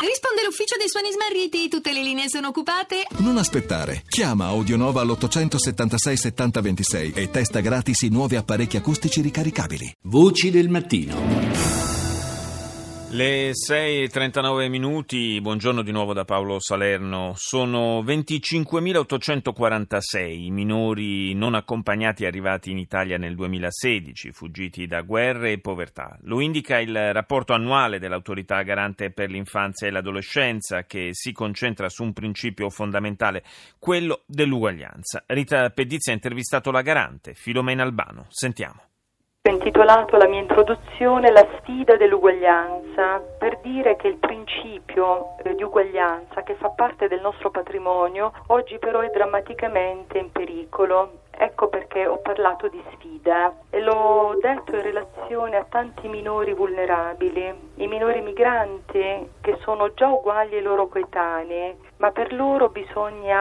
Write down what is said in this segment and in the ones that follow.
Risponde l'ufficio dei suoni smarriti, tutte le linee sono occupate. Non aspettare, chiama Audionova all'876 70 26 e testa gratis i nuovi apparecchi acustici ricaricabili. Voci del mattino. Le 6:39 minuti, buongiorno di nuovo da Paolo Salerno. Sono 25.846 i minori non accompagnati arrivati in Italia nel 2016, fuggiti da guerre e povertà. Lo indica il rapporto annuale dell'Autorità Garante per l'Infanzia e l'Adolescenza, che si concentra su un principio fondamentale, quello dell'uguaglianza. Rita Pedizzi ha intervistato la Garante, Filomena Albano. Sentiamo. Ho intitolato la mia introduzione La sfida dell'uguaglianza, per dire che il principio di uguaglianza che fa parte del nostro patrimonio oggi però è drammaticamente in pericolo. Ecco perché ho parlato di sfida e l'ho detto in relazione a tanti minori vulnerabili, i minori migranti che sono già uguali ai loro coetanei, ma per loro bisogna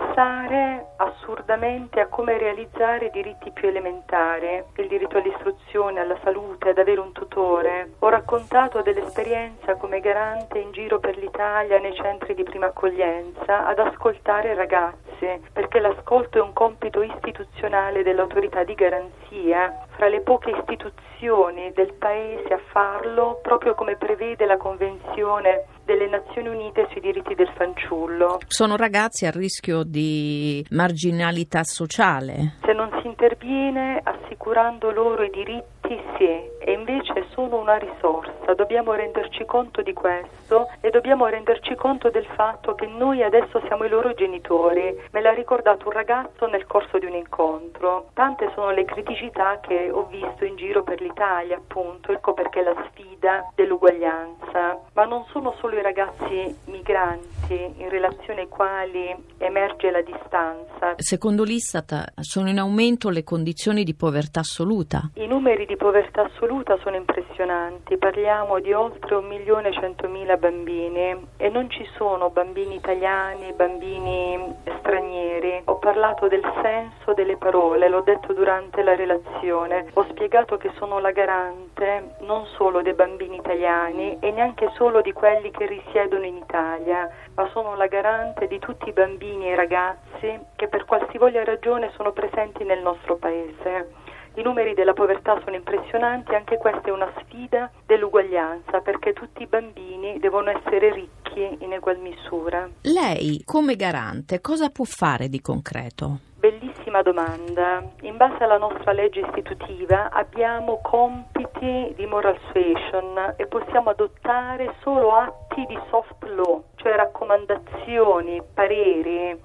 pensare assurdamente a come realizzare i diritti più elementari, il diritto all'istruzione, alla salute, ad avere un tutore. Ho raccontato dell'esperienza come garante in giro per l'Italia nei centri di prima accoglienza ad ascoltare ragazzi, perché l'ascolto è un compito istituzionale dell'autorità di garanzia, fra le poche istituzioni del Paese a farlo, proprio come prevede la Convenzione delle Nazioni Unite sui diritti del fanciullo. Sono ragazzi a rischio di marginalità sociale. Se non si interviene assicurando loro i diritti, sì, e invece sono una risorsa. Dobbiamo renderci conto di questo e dobbiamo renderci conto del fatto che noi adesso siamo i loro genitori. Me l'ha ricordato un ragazzo nel corso di un incontro. Tante sono le criticità che ho visto in giro per l'Italia, appunto, ecco perché la sfida dell'uguaglianza. Ma non sono solo i ragazzi migranti in relazione ai quali emerge la distanza. Secondo l'Istat sono in aumento le condizioni di povertà assoluta. I numeri di povertà assoluta sono impressionanti, parliamo di oltre 1.100.000 bambini e non ci sono bambini italiani, bambini stranieri. Ho parlato del senso delle parole, l'ho detto durante la relazione, ho spiegato che sono la garante non solo dei bambini italiani e neanche solo di quelli che risiedono in Italia, ma sono la garante di tutti i bambini e ragazzi che per qualsivoglia ragione sono presenti nel nostro paese. I numeri della povertà sono impressionanti, anche questa è una sfida dell'uguaglianza, perché tutti i bambini devono essere ricchi in egual misura. Lei, come garante, cosa può fare di concreto? Bellissima domanda. In base alla nostra legge istitutiva abbiamo compiti di moral suasion e possiamo adottare solo atti di soft law, cioè raccomandazioni, pareri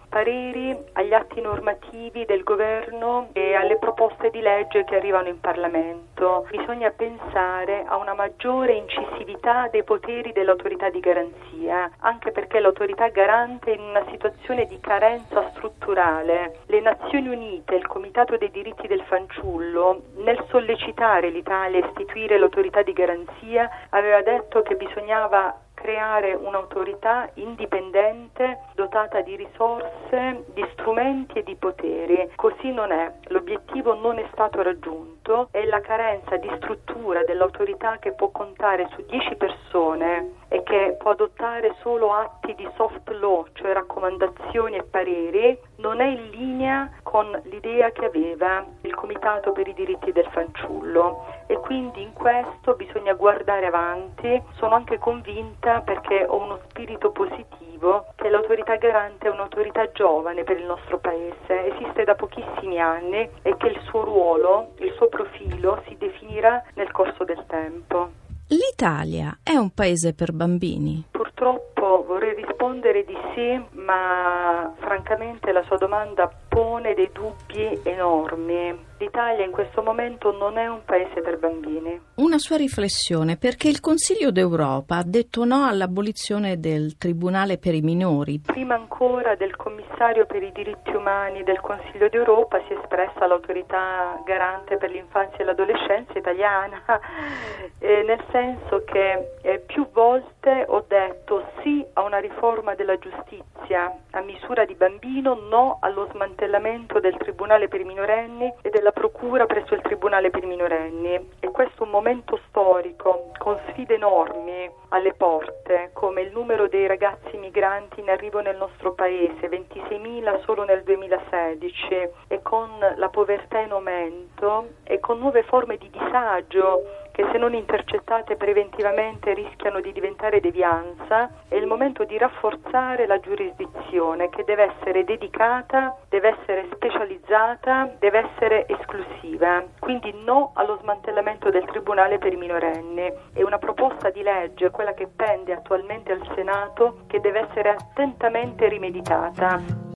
agli atti normativi del governo e alle proposte di legge che arrivano in Parlamento. Bisogna pensare a una maggiore incisività dei poteri dell'autorità di garanzia, anche perché l'autorità garante è in una situazione di carenza strutturale. Le Nazioni Unite, il Comitato dei diritti del fanciullo, nel sollecitare l'Italia a istituire l'autorità di garanzia, aveva detto che bisognava creare un'autorità indipendente dotata di risorse, di strumenti e di poteri. Così non è. L'obiettivo non è stato raggiunto e la carenza di struttura dell'autorità che può contare su 10 persone e che può adottare solo atti di soft law, cioè raccomandazioni e pareri, non è in linea con l'idea che aveva il Comitato per i diritti del fanciullo e quindi in questo bisogna guardare avanti. Sono anche convinta, perché ho uno spirito positivo, che l'autorità garante è un'autorità giovane per il nostro paese, esiste da pochissimi anni e che il suo ruolo, il suo profilo si definirà nel corso del tempo. L'Italia è un paese per bambini? Purtroppo vorrei rispondere di sì, ma francamente la sua domanda pone dei dubbi enormi. L'Italia in questo momento non è un paese per bambini. Una sua riflessione, perché il Consiglio d'Europa ha detto no all'abolizione del Tribunale per i minori. Prima ancora del Commissario per i diritti umani del Consiglio d'Europa si è espressa l'autorità garante per l'infanzia e l'adolescenza italiana, nel senso che più volte ho detto sì a una riforma della giustizia a misura di bambino, no allo smantellamento del Tribunale per i minorenni e della della procura presso il Tribunale per i minorenni, e questo è un momento storico con sfide enormi alle porte, come il numero dei ragazzi migranti in arrivo nel nostro paese, 26.000 solo nel 2016, e con la povertà in aumento e con nuove forme di disagio che, se non intercettate preventivamente, rischiano di diventare devianza. È il momento di rafforzare la giurisdizione, che deve essere dedicata, deve essere specializzata, deve essere esclusiva. Quindi no allo smantellamento del Tribunale per i minorenni. È una proposta di legge, quella che pende attualmente al Senato, che deve essere attentamente rimeditata.